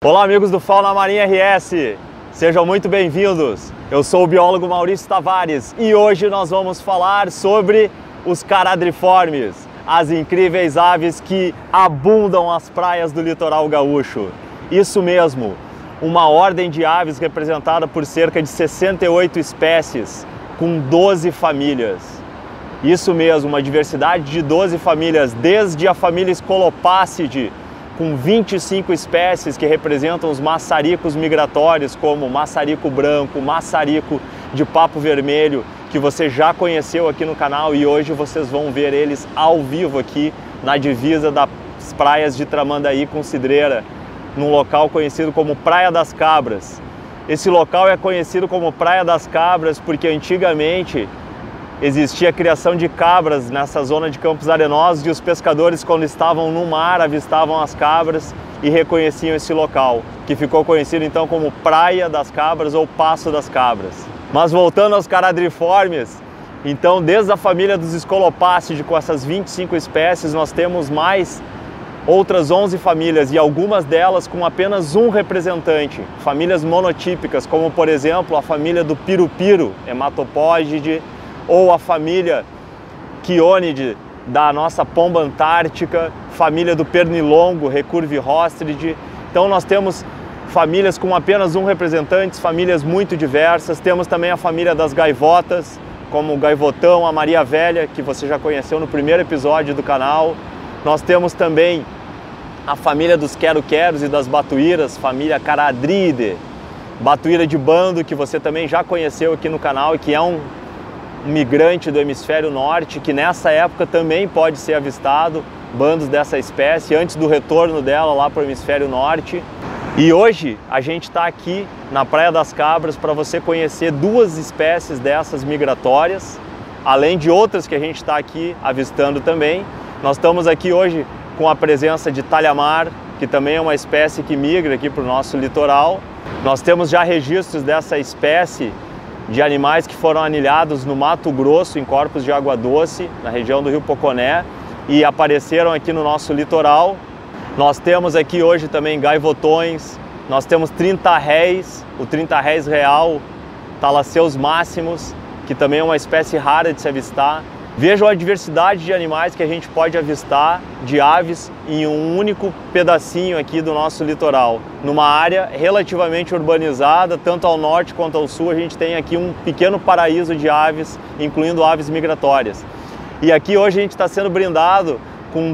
Olá amigos do Fauna Marinha RS, sejam muito bem-vindos. Eu sou o biólogo Maurício Tavares e hoje nós vamos falar sobre os caradriformes, as incríveis aves que abundam as praias do litoral gaúcho. Isso mesmo, uma ordem de aves representada por cerca de 68 espécies, com 12 famílias. Isso mesmo, uma diversidade de 12 famílias, desde a família Scolopácidae, com 25 espécies que representam os maçaricos migratórios, como maçarico branco, maçarico de papo vermelho, que você já conheceu aqui no canal e hoje vocês vão ver eles ao vivo aqui na divisa das praias de Tramandaí com Cidreira, num local conhecido como Praia das Cabras. Esse local é conhecido como Praia das Cabras porque antigamente existia a criação de cabras nessa zona de Campos Arenosos e os pescadores, quando estavam no mar, avistavam as cabras e reconheciam esse local, que ficou conhecido então como Praia das Cabras ou Passo das Cabras. Mas voltando aos caradriformes, então desde a família dos Scolopácidae, com essas 25 espécies, nós temos mais outras 11 famílias e algumas delas com apenas um representante, famílias monotípicas, como por exemplo a família do Pirupiro, Hematopógide, ou a família Chionidae da nossa pomba antártica, família do pernilongo, Recurvirostrid. Então nós temos famílias com apenas um representante, famílias muito diversas. Temos também a família das gaivotas, como o gaivotão, a Maria Velha, que você já conheceu no primeiro episódio do canal. Nós temos também a família dos quero-queros e das batuíras, família Caradriidae, batuíra de bando, que você também já conheceu aqui no canal e que é um migrante do hemisfério norte, que nessa época também pode ser avistado, bandos dessa espécie, antes do retorno dela lá para o hemisfério norte. E hoje a gente está aqui na Praia das Cabras para você conhecer duas espécies dessas migratórias, além de outras que a gente está aqui avistando também. Nós estamos aqui hoje com a presença de talhamar, que também é uma espécie que migra aqui para o nosso litoral. Nós temos já registros dessa espécie de animais que foram anilhados no Mato Grosso, em corpos de água doce, na região do Rio Poconé, e apareceram aqui no nosso litoral. Nós temos aqui hoje também gaivotões, nós temos 30 réis, o 30 réis real, Thalasseus maximus, que também é uma espécie rara de se avistar. Vejam a diversidade de animais que a gente pode avistar, de aves, em um único pedacinho aqui do nosso litoral. Numa área relativamente urbanizada, tanto ao norte quanto ao sul, a gente tem aqui um pequeno paraíso de aves, incluindo aves migratórias. E aqui hoje a gente está sendo brindado com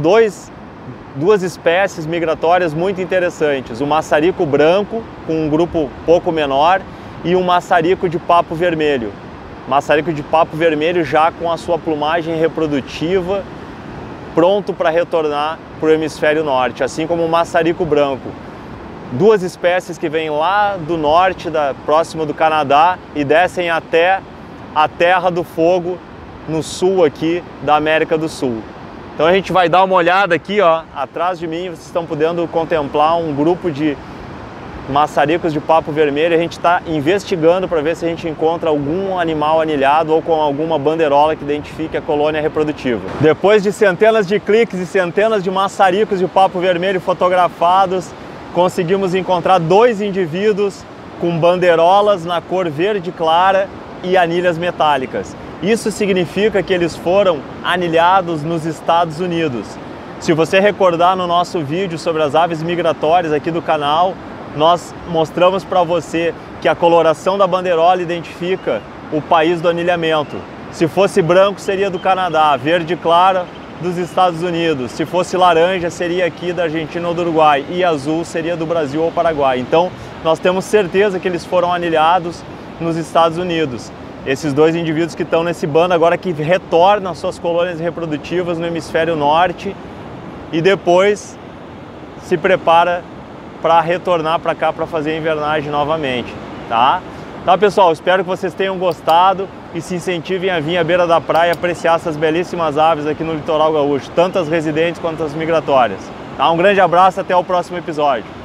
duas espécies migratórias muito interessantes. O maçarico branco, com um grupo pouco menor, e um maçarico de papo vermelho. Maçarico de papo vermelho já com a sua plumagem reprodutiva, pronto para retornar para o hemisfério norte, assim como o maçarico branco. Duas espécies que vêm lá do norte, próximo do Canadá, e descem até a Terra do Fogo, no sul aqui da América do Sul. Então a gente vai dar uma olhada aqui, ó, atrás de mim, vocês estão podendo contemplar um grupo de maçaricos de papo vermelho. A gente está investigando para ver se a gente encontra algum animal anilhado ou com alguma bandeirola que identifique a colônia reprodutiva. Depois de centenas de cliques e centenas de maçaricos de papo vermelho fotografados, conseguimos encontrar dois indivíduos com bandeirolas na cor verde clara e anilhas metálicas. Isso significa que eles foram anilhados nos Estados Unidos. Se você recordar no nosso vídeo sobre as aves migratórias aqui do canal, nós mostramos para você que a coloração da bandeirola identifica o país do anilhamento. Se fosse branco, seria do Canadá, verde clara, dos Estados Unidos. Se fosse laranja, seria aqui da Argentina ou do Uruguai, e azul seria do Brasil ou Paraguai. Então, nós temos certeza que eles foram anilhados nos Estados Unidos. Esses dois indivíduos que estão nesse bando agora, que retornam às suas colônias reprodutivas no hemisfério norte e depois se prepara para retornar para cá para fazer a invernagem novamente, tá? Tá, pessoal, espero que vocês tenham gostado e se incentivem a vir à beira da praia apreciar essas belíssimas aves aqui no litoral gaúcho, tanto as residentes quanto as migratórias. Tá? Um grande abraço, até o próximo episódio.